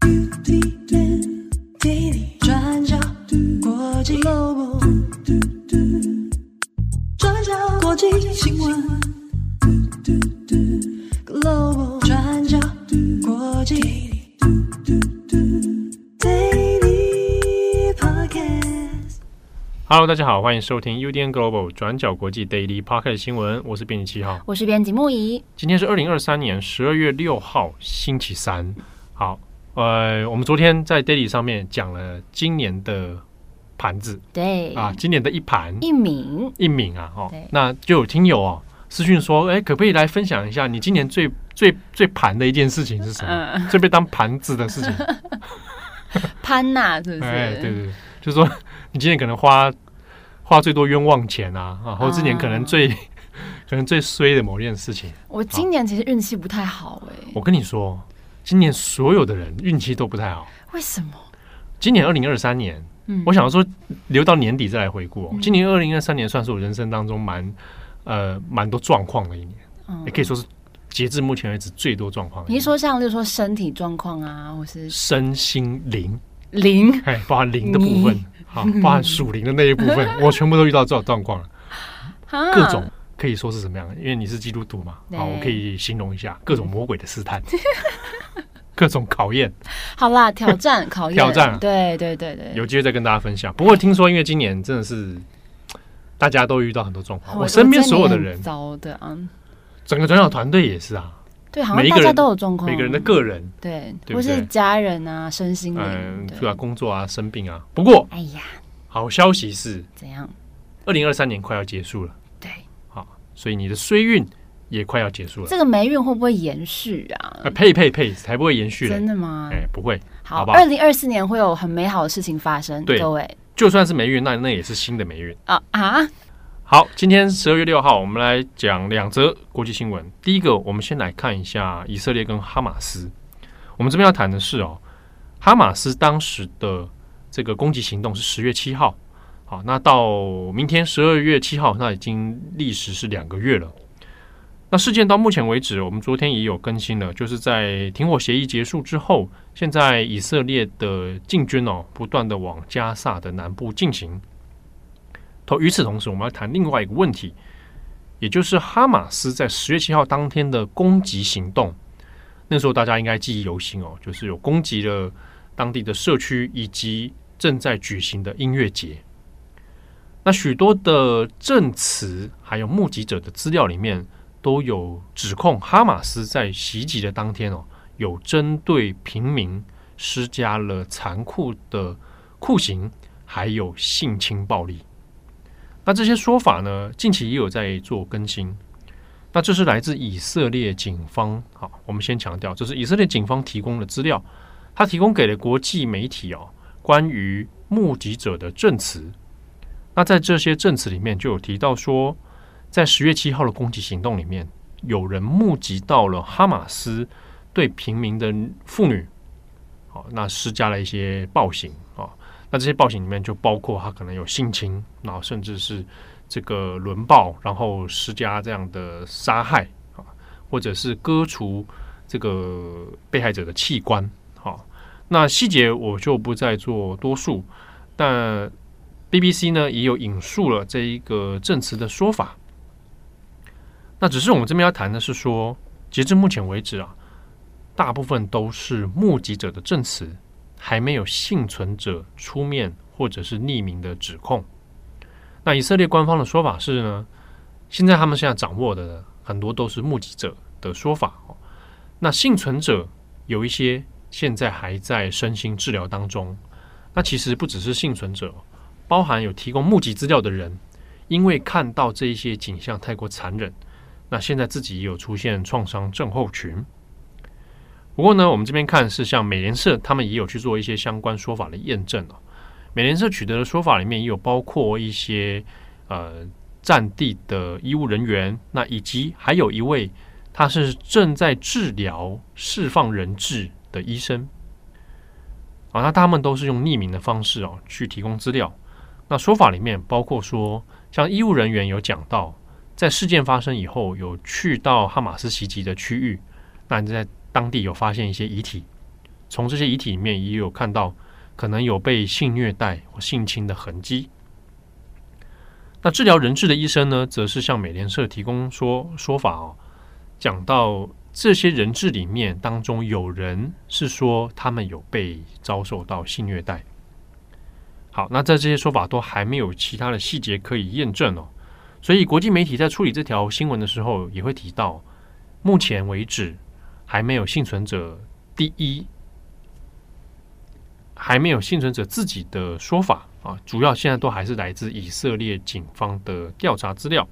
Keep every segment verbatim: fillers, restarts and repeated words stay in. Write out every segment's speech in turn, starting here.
转角国际 Global， 转角国际新闻 Global， 转角国际 Daily Podcast。 Hello， 大家好，欢迎收听 U D N Global 转角国际 Daily Podcast 新闻，我是编辑七号， 我是编辑木仪。今天是二零二三年十二月六号，星期三。好。呃，我们昨天在 Daily 上面讲了今年的盘子， 对啊，今年的一盘一敏一敏啊，哦，那就有听友哦私讯说，哎，可不可以来分享一下你今年最最最盘的一件事情是什么？嗯、最被当盘子的事情？ 潘呐、啊，是不是？ 哎，对对对，就是说你今年可能花花最多冤枉钱啊，啊，或者今年可能最、嗯、可能最衰的某件事情。 我今年其实运气不太好哎、欸， 我跟你说。今年所有的人运气都不太好， 为什么？ 今年二零二三年，嗯，我想说留到年底再来回顾、哦嗯。今年二零二三年算是我人生当中蛮呃蛮多状况的一年，嗯、也可以说是截至目前为止最多状况。 你是说像，例如说身体状况啊，或是身心灵灵， 哎，包含灵的部分，好，包含属灵的那一部分，我全部都遇到这种状况了，各种可以说是什么样的？因为你是基督徒嘛，好，我可以形容一下各种魔鬼的试探。各种考验， 好啦，挑战考验， 挑战、啊， 对对对对， 有机会再跟大家分享。不过听说，因为今年真的是大家都遇到很多状况，我身边所有的人， 糟的啊， 整个转角团队也是啊， 对，好像大家都有状况， 每个人的个人， 对， 对或是家人啊，身心灵， 嗯，对啊，工作啊，生病啊。不过， 哎呀， 好消息是怎样？ 二零二三年快要结束了， 对， 好，所以你的衰运也快要结束了， 这个霉运会不会延续啊？ 呃、呸呸呸，才不会延续， 真的吗？ 哎、欸，不会。 好，二零二四年会有很美好的事情发生， 对各位。 就算是霉运，那那也是新的霉运啊啊！ 好，今天十二月六号，我们来讲两则国际新闻。第一个，我们先来看一下以色列跟哈马斯。我们这边要谈的是哦，哈马斯当时的这个攻击行动是十月七号，好，那到明天十二月七号，那已经历时是两个月了。那事件到目前为止，我们昨天也有更新了，就是在停火协议结束之后，现在以色列的进军哦，不断的往加萨的南部进行。与此同时，我们要谈另外一个问题，也就是哈马斯在十月七号当天的攻击行动。那时候大家应该记忆犹新哦，就是有攻击了当地的社区以及正在举行的音乐节。那许多的证词还有目击者的资料里面，都有指控哈马斯在袭击的当天哦，有针对平民施加了残酷的酷刑，还有性侵暴力。那这些说法呢，近期也有在做更新。那这是来自以色列警方，好，我们先强调，这是以色列警方提供的资料，他提供给了国际媒体哦，关于目击者的证词。那在这些证词里面，就有提到说，在十月七号的攻击行动里面，有人目击到了哈马斯对平民的妇女，好，那施加了一些暴行啊。那这些暴行里面就包括他可能有性侵，然后甚至是这个轮暴，然后施加这样的杀害啊，或者是割除这个被害者的器官。好，那细节我就不再做多述，但 B B C 呢也有引述了这一个证词的说法。那只是我们这边要谈的是说，截至目前为止啊，大部分都是目击者的证词，还没有幸存者出面或者是匿名的指控。那以色列官方的说法是呢，现在他们现在掌握的很多都是目击者的说法。那幸存者有一些现在还在身心治疗当中。那其实不只是幸存者，包含有提供目击资料的人，因为看到这一些景象太过残忍，那现在自己也有出现创伤症候群。不过呢，我们这边看是像美联社，他们也有去做一些相关说法的验证哦。美联社取得的说法里面也有包括一些呃战地的医务人员，那以及还有一位他是正在治疗释放人质的医生。啊，那他们都是用匿名的方式哦去提供资料。那说法里面包括说，像医务人员有讲到，在事件发生以后，有去到哈马斯袭击的区域，那在当地有发现一些遗体， 从这些遗体里面也有看到可能有被性虐待或性侵的痕迹。那治疗人质的医生呢，则是向美联社提供说说法哦，讲到这些人质里面当中有人是说他们有被遭受到性虐待。好，那在这些说法都还没有其他的细节可以验证哦，所以国际媒体在处理这条新闻的时候也会提到，目前为止还没有幸存者第一，还没有幸存者自己的说法啊，主要现在都还是来自以色列警方的调查资料。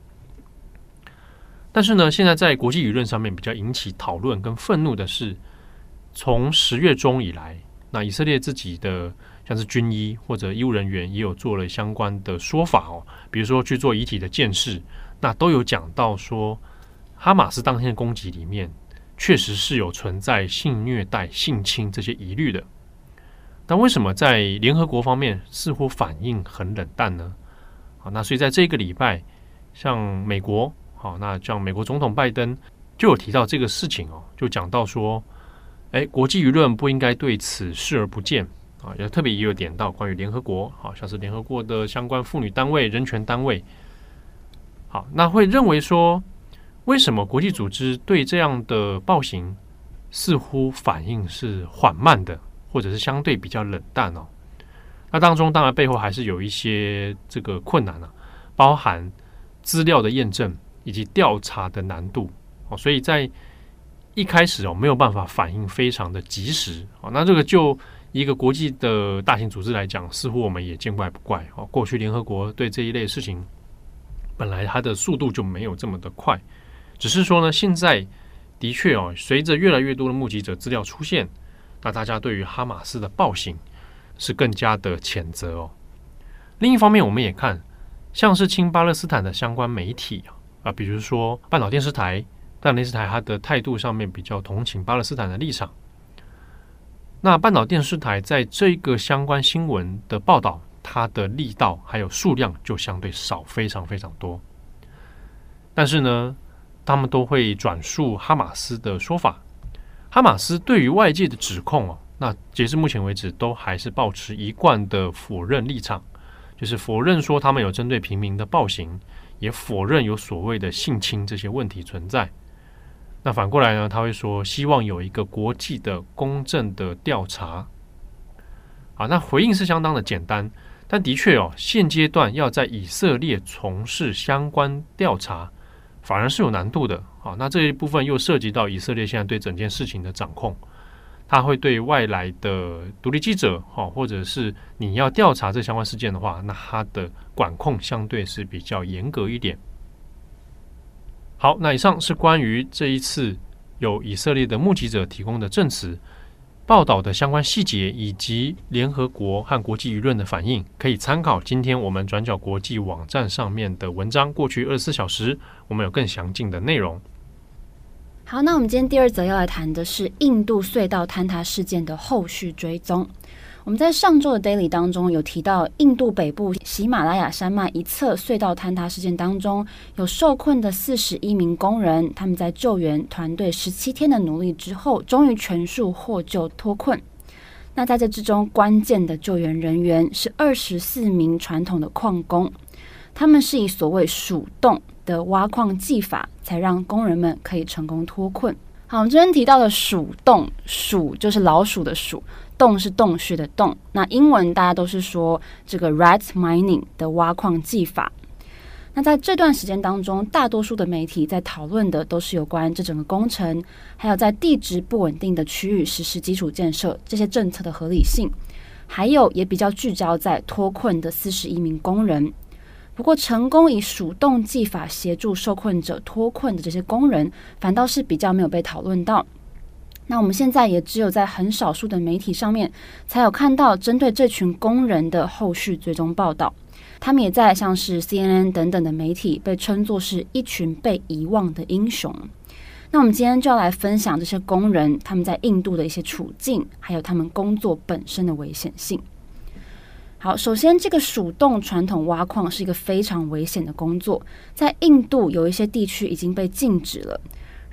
但是呢，现在在国际舆论上面比较引起讨论跟愤怒的是，从十月中以来，那以色列自己的像是军医或者医务人员也有做了相关的说法哦，比如说去做遗体的鉴识，那都有讲到说，哈马斯当天的攻击里面确实是有存在性虐待、性侵这些疑虑的。那为什么在联合国方面似乎反应很冷淡呢？好，那所以在这个礼拜，像美国，好，那像美国总统拜登就有提到这个事情哦，就讲到说，哎，国际舆论不应该对此视而不见啊，也特别也有点到关于联合国，好像是联合国的相关妇女单位、人权单位，好，那会认为说，为什么国际组织对这样的暴行似乎反应是缓慢的？或者是相对比较冷淡哦，那当中当然背后还是有一些这个困难啊，包含资料的验证以及调查的难度哦，所以在一开始哦没有办法反应非常的及时哦，那这个就一个国际的大型组织来讲，似乎我们也见怪不怪哦。过去联合国对这一类事情本来它的速度就没有这么的快，只是说呢，现在的确哦，随着越来越多的目击者资料出现。那大家对于哈马斯的暴行是更加的谴责哦。另一方面，我们也看像是亲巴勒斯坦的相关媒体啊，比如说半岛电视台，半岛电视台它的态度上面比较同情巴勒斯坦的立场。那半岛电视台在这个相关新闻的报道，它的力道还有数量就相对少，非常非常多。但是呢，他们都会转述哈马斯的说法。哈马斯对于外界的指控哦，那截至目前为止都还是抱持一贯的否认立场，就是否认说他们有针对平民的暴行，也否认有所谓的性侵这些问题存在。那反过来呢，他会说希望有一个国际的公正的调查。啊，那回应是相当的简单，但的确哦，现阶段要在以色列从事相关调查，反而是有难度的。好，那这一部分又涉及到以色列现在对整件事情的掌控，他会对外来的独立记者，或者是你要调查这相关事件的话，那他的管控相对是比较严格一点。好，那以上是关于这一次有以色列的目击者提供的证词，报道的相关细节以及联合国和国际舆论的反应，可以参考今天我们转角国际网站上面的文章。过去二十四小时，我们有更详尽的内容。 好，那我们今天第二则要来谈的是印度隧道坍塌事件的后续追踪。我们在上周的 Daily 当中有提到，印度北部喜马拉雅山脉一侧隧道坍塌事件当中，有受困的四十一名工人，他们在救援团队十七天的努力之后，终于全数获救脱困。那在这之中，关键的救援人员是二十四名传统的矿工，他们是以所谓鼠洞的挖矿技法，才让工人们可以成功脱困。好，我们这边提到的鼠洞，鼠就是老鼠的鼠，洞是洞穴的洞。那英文大家都是说这个 rat mining 的挖矿技法。那在这段时间当中，大多数的媒体在讨论的都是有关这整个工程，还有在地质不稳定的区域实施基础建设这些政策的合理性，还有也比较聚焦在脱困的四十一名工人。不过，成功以鼠洞技法协助受困者脱困的这些工人，反倒是比较没有被讨论到。那我们现在也只有在很少数的媒体上面，才有看到针对这群工人的后续追踪报道。他们也在像是 C N N 等等的媒体被称作是一群被遗忘的英雄。那我们今天就要来分享这些工人他们在印度的一些处境，还有他们工作本身的危险性。好，首先这个鼠洞传统挖矿是一个非常危险的工作，在印度有一些地区已经被禁止了。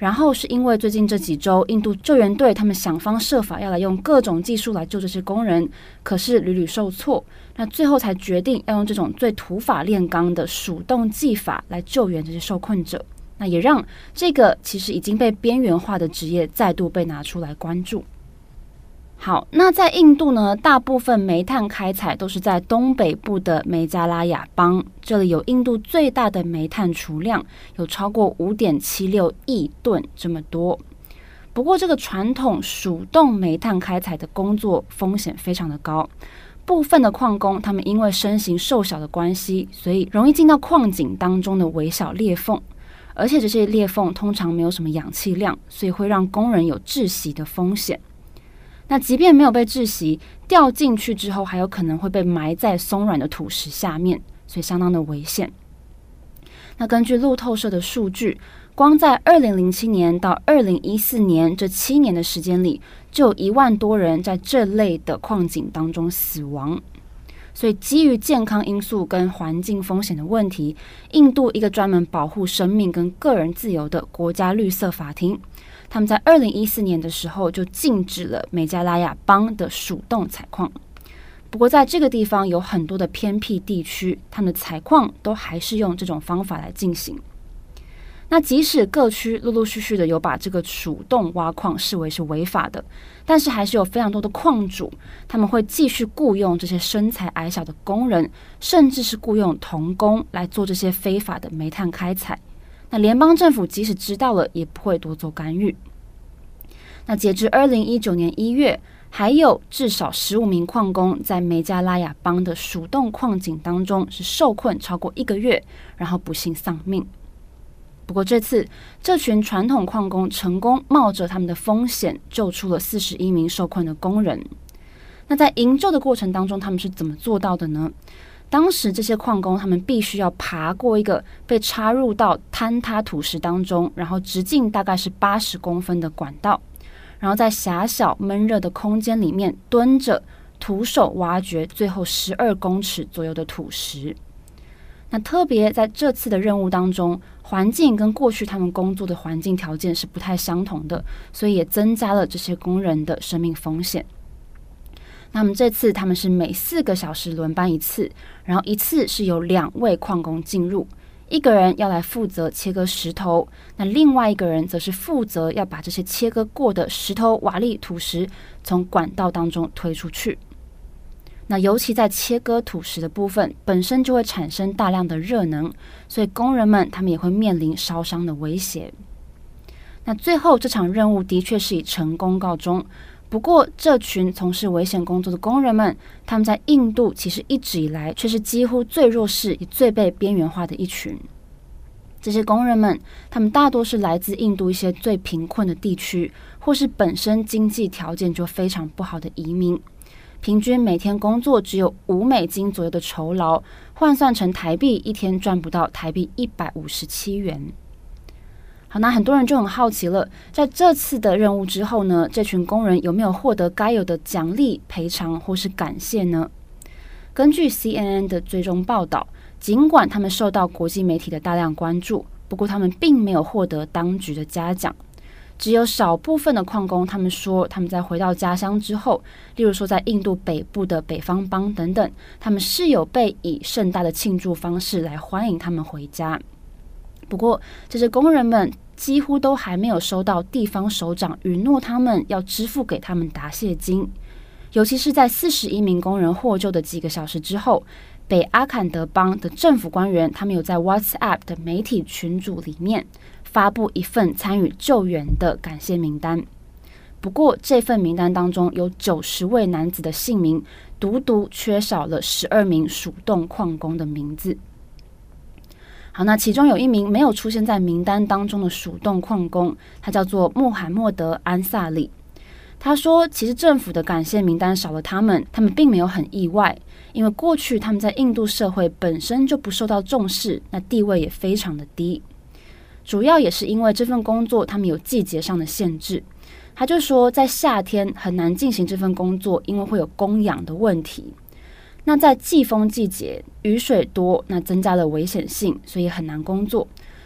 然后是因为最近这几周，印度救援队他们想方设法要来用各种技术来救这些工人，可是屡屡受挫，那最后才决定要用这种最土法炼钢的手动技法来救援这些受困者，那也让这个其实已经被边缘化的职业再度被拿出来关注。好，那在印度呢，大部分煤炭开采都是在东北部的梅加拉雅邦，这里有印度最大的煤炭储量，有超过 五点七六亿吨这么多。不过这个传统手动煤炭开采的工作风险非常的高，部分的矿工他们因为身形瘦小的关系，所以容易进到矿井当中的微小裂缝，而且这些裂缝通常没有什么氧气量，所以会让工人有窒息的风险。那即便没有被窒息，掉进去之后还有可能会被埋在松软的土石下面，所以相当的危险。那根据路透社的数据，光在二零零七年到二零一四年这七年的时间里，就有一万多人在这类的矿井当中死亡。所以基于健康因素跟环境风险的问题，印度一个专门保护生命跟个人自由的国家绿色法庭，他们在二零一四年的时候就禁止了梅加拉雅邦的手动采矿。不过在这个地方有很多的偏僻地区，他们的采矿都还是用这种方法来进行。那即使各区陆陆续续的有把这个手动挖矿视为是违法的，但是还是有非常多的矿主，他们会继续雇用这些身材矮小的工人，甚至是雇用童工来做这些非法的煤炭开采。那联邦政府即使知道了，也不会多做干预。那截至二零一九年一月，还有至少十五名矿工在梅加拉雅邦的手动矿井当中是受困超过一个月，然后不幸丧命。不过这次，这群传统矿工成功冒着他们的风险，救出了四十一名受困的工人。那在营救的过程当中，他们是怎么做到的呢？当时这些矿工他们必须要爬过一个被插入到坍塌土石当中，然后直径大概是八十公分的管道，然后在狭小闷热的空间里面蹲着，徒手挖掘最后十二公尺左右的土石。那特别在这次的任务当中，环境跟过去他们工作的环境条件是不太相同的，所以也增加了这些工人的生命风险。那么这次他们是每四个小时轮班一次，然后一次是有两位矿工进入，一个人要来负责切割石头，那另外一个人则是负责要把这些切割过的石头、瓦砾、土石从管道当中推出去。那尤其在切割土石的部分，本身就会产生大量的热能，所以工人们他们也会面临烧伤的威胁。那最后这场任务的确是以成功告终。不过这群从事危险工作的工人们，他们在印度其实一直以来却是几乎最弱势也最被边缘化的一群。这些工人们他们大多是来自印度一些最贫困的地区，或是本身经济条件就非常不好的移民，平均每天工作只有五美金左右的酬劳，换算成台币一天赚不到台币一百五十七元。好，那很多人就很好奇了，在这次的任务之后呢，这群工人有没有获得该有的奖励、赔偿或是感谢呢？根据 C N N 的追踪报道，尽管他们受到国际媒体的大量关注，不过他们并没有获得当局的嘉奖。只有少部分的矿工，他们说他们在回到家乡之后，例如说在印度北部的北方邦等等，他们是有被以盛大的庆祝方式来欢迎他们回家。不过这些工人们几乎都还没有收到地方首长允诺他们要支付给他们答谢金，尤其是在四十一名工人获救的几个小时之后，北阿坎德邦的政府官员他们有在 WhatsApp 的媒体群组里面发布一份参与救援的感谢名单。不过这份名单当中有九十位男子的姓名，独独缺少了十二名手动矿工的名字。好，那其中有一名没有出现在名单当中的手动矿工，他叫做穆罕默德·安萨里。他说其实政府的感谢名单少了他们，他们并没有很意外，因为过去他们在印度社会本身就不受到重视，那地位也非常的低。主要也是因为这份工作他们有季节上的限制。他就说在夏天很难进行这份工作，因为会有供氧的问题。那在季风季节雨水多，那增加了危险性，所以很难工作。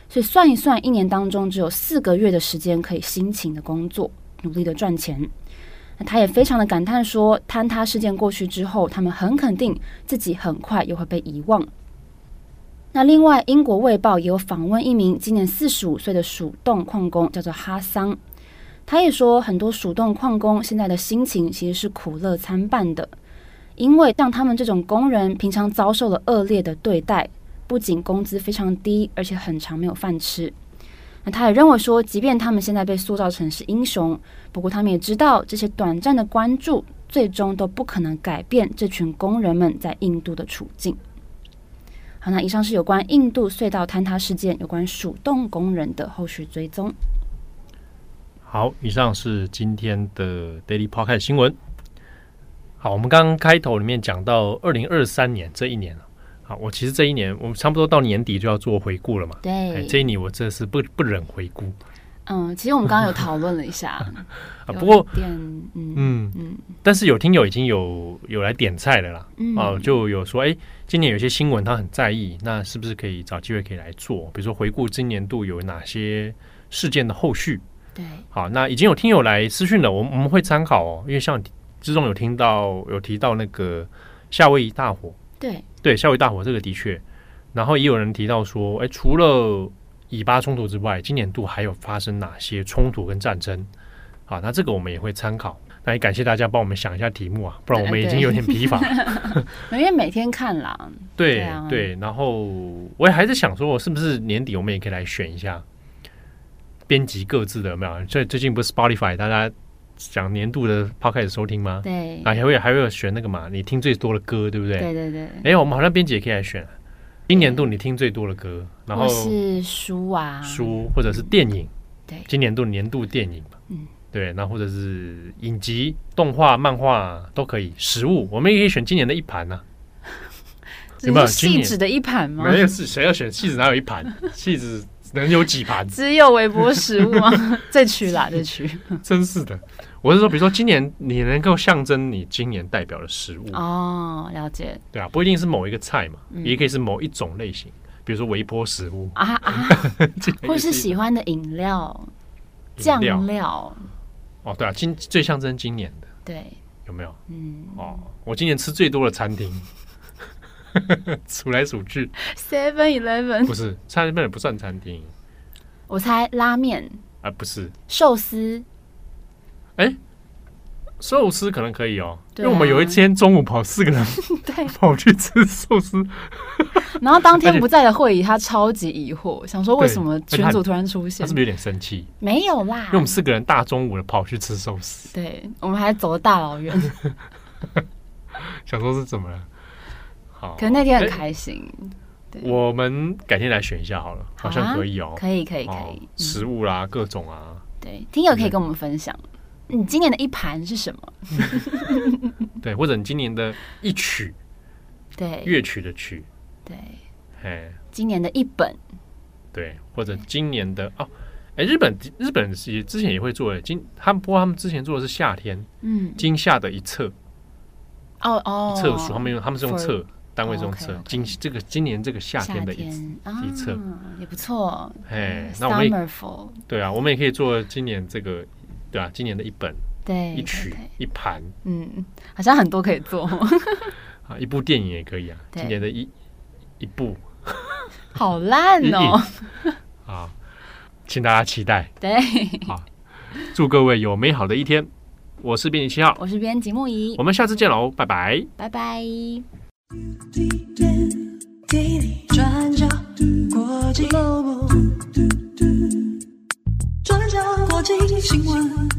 所以算一算，一年当中只有四个月的时间可以辛勤的工作，努力的赚钱。那他也非常的感叹说，坍塌事件过去之后，他们很肯定自己很快又会被遗忘。那另外，英国卫报也有访问一名今年四十五岁的鼠洞矿工，叫做哈桑。他也说，很多鼠洞矿工现在的心情其实是苦乐参半的，因为像他们这种工人，平常遭受了恶劣的对待，不仅工资非常低，而且很常没有饭吃。那他也认为说，即便他们现在被塑造成是英雄，不过他们也知道，这些短暂的关注，最终都不可能改变这群工人们在印度的处境。好，那以上是有关印度隧道坍塌事件，有关鼠洞工人的后续追踪。 好，以上是今天的 Daily Podcast 新闻。好，我们刚刚开头里面讲到二零二三年这一年了。好，我其实这一年我们差不多到年底就要做回顾了嘛。 对， 哎、这一年我真的是不不忍回顾。 嗯，其实我们刚刚有讨论了一下， 啊，不过嗯嗯嗯，但是有听友已经有有来点菜了啦。嗯，啊，就有说，哎、欸，今年有些新闻他很在意，那是不是可以找机会可以来做？比如说回顾今年度有哪些事件的后续。 对， 好，那已经有听友来私讯了，我们我们会参考哦，因为像之中有听到有提到那个夏威夷大火， 对对，夏威夷大火这个的确，然后也有人提到说，哎，除了以巴冲突之外，今年度还有发生哪些冲突跟战争？好，那这个我们也会参考。那也感谢大家帮我们想一下题目啊，不然我们已经有点疲乏。 因为每天看啦， 对对,、啊、 对，然后我也还在想说，是不是年底我们也可以来选一下。编辑各自的有没有？最最近不是 Spotify 大家讲年度的 podcast 收听吗？ 对， 啊，还会还会有选那个嘛，你听最多的歌，对不对？ 对对对。 哎，我们好像编辑也可以来选，今年度你听最多的歌，然后是书啊， 书或者是电影， 对， 今年度年度电影嘛， 嗯， 对，那或者是影集、动画、漫画都可以，食物我们也可以选今年的一盘呢、啊。有没有细纸的一盘吗？ 没有，是谁要选细纸哪有一盘？细纸能有几盘？ 只有微波食物吗？再取啦，再取。 真是的，我是说，比如说今年你能够象征你今年代表的食物哦，了解。 对啊，不一定是某一个菜嘛，嗯、也可以是某一种类型，比如说微波食物啊啊，或是喜欢的饮料、酱料。 哦，对啊，今最象征今年的， 对， 有没有？ 嗯， 哦，我今年吃最多的餐厅。数来数去 ，Seven Eleven 不是，Seven Eleven不算餐厅。 我猜拉面啊，不是寿司。 哎，寿司可能可以哦，啊、因为我们有一天中午跑四个人，对，跑去吃寿司。 然后当天不在的会议，他超级疑惑，想说为什么群组突然出现？ 他是不是有点生气？ 没有啦， 因为我们四个人大中午的跑去吃寿司， 对我们还走了大老远， 想说是怎么了？ 可能那天很开心， 对，我们改天来选一下好了，好像可以哦， 可以可以可以， 哦、食物啦，各种啊， 对，听友可以跟我们分享，你今年的一盘是什么？ 对，或者你今年的一曲， 对， 乐曲的曲， 对， 哎， 今年的一本， 对，或者今年的哦，哎，日本日本也之前也会做，今他们不过他们之前做的是夏天，嗯，今夏的一册， 哦哦， 一册书，他们用他们是用册。单位这种册，今这个今年这个夏天的一一册也不错， 哎，那我们也对啊，我们也可以做今年这个，对啊，今年的一本， 对， 一曲一盘， 嗯，好像很多可以做啊，一部电影也可以啊，今年的一一部， 好烂哦， 啊，请大家期待， 对， 好，祝各位有美好的一天，我是编辑七号， 我是编辑木仪， 我们下次见喽，拜拜， 拜拜。 转角国际 Global 转角国际新闻